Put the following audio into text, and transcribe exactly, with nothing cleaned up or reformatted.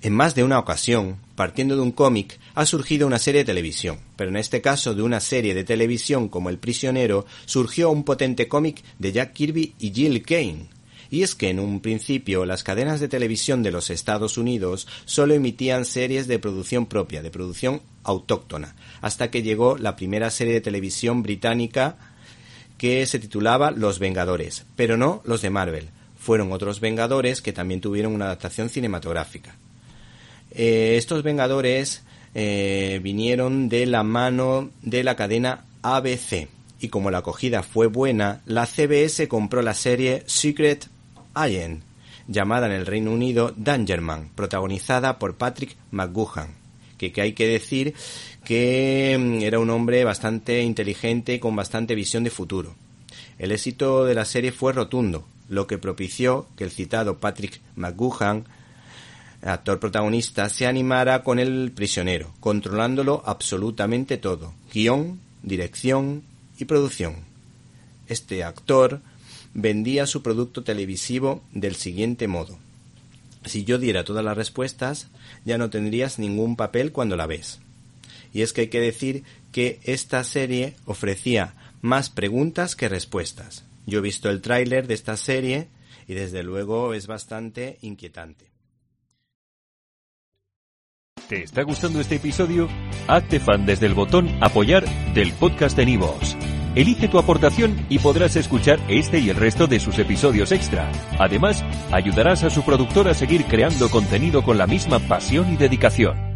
En más de una ocasión, partiendo de un cómic, ha surgido una serie de televisión, pero en este caso de una serie de televisión como El Prisionero, surgió un potente cómic de Jack Kirby y Gil Kane. Y es que en un principio las cadenas de televisión de los Estados Unidos solo emitían series de producción propia, de producción autóctona, hasta que llegó la primera serie de televisión británica que se titulaba Los Vengadores, pero no los de Marvel, fueron otros Vengadores que también tuvieron una adaptación cinematográfica. Eh, estos Vengadores eh, vinieron de la mano de la cadena A B C y como la acogida fue buena, la C B S compró la serie Secret Agent, llamada en el Reino Unido Dangerman, protagonizada por Patrick McGoohan, que, que hay que decir que era un hombre bastante inteligente y con bastante visión de futuro. El éxito de la serie fue rotundo, lo que propició que el citado Patrick McGoohan, actor protagonista, se animara con El Prisionero, controlándolo absolutamente todo, guión, dirección y producción. Este actor vendía su producto televisivo del siguiente modo: si yo diera todas las respuestas, ya no tendrías ningún papel cuando la ves. Y es que hay que decir que esta serie ofrecía más preguntas que respuestas. Yo he visto el tráiler de esta serie y desde luego es bastante inquietante. ¿Te está gustando este episodio? Hazte fan desde el botón Apoyar del podcast de Nivos. Elige tu aportación y podrás escuchar este y el resto de sus episodios extra. Además, ayudarás a su productor a seguir creando contenido con la misma pasión y dedicación.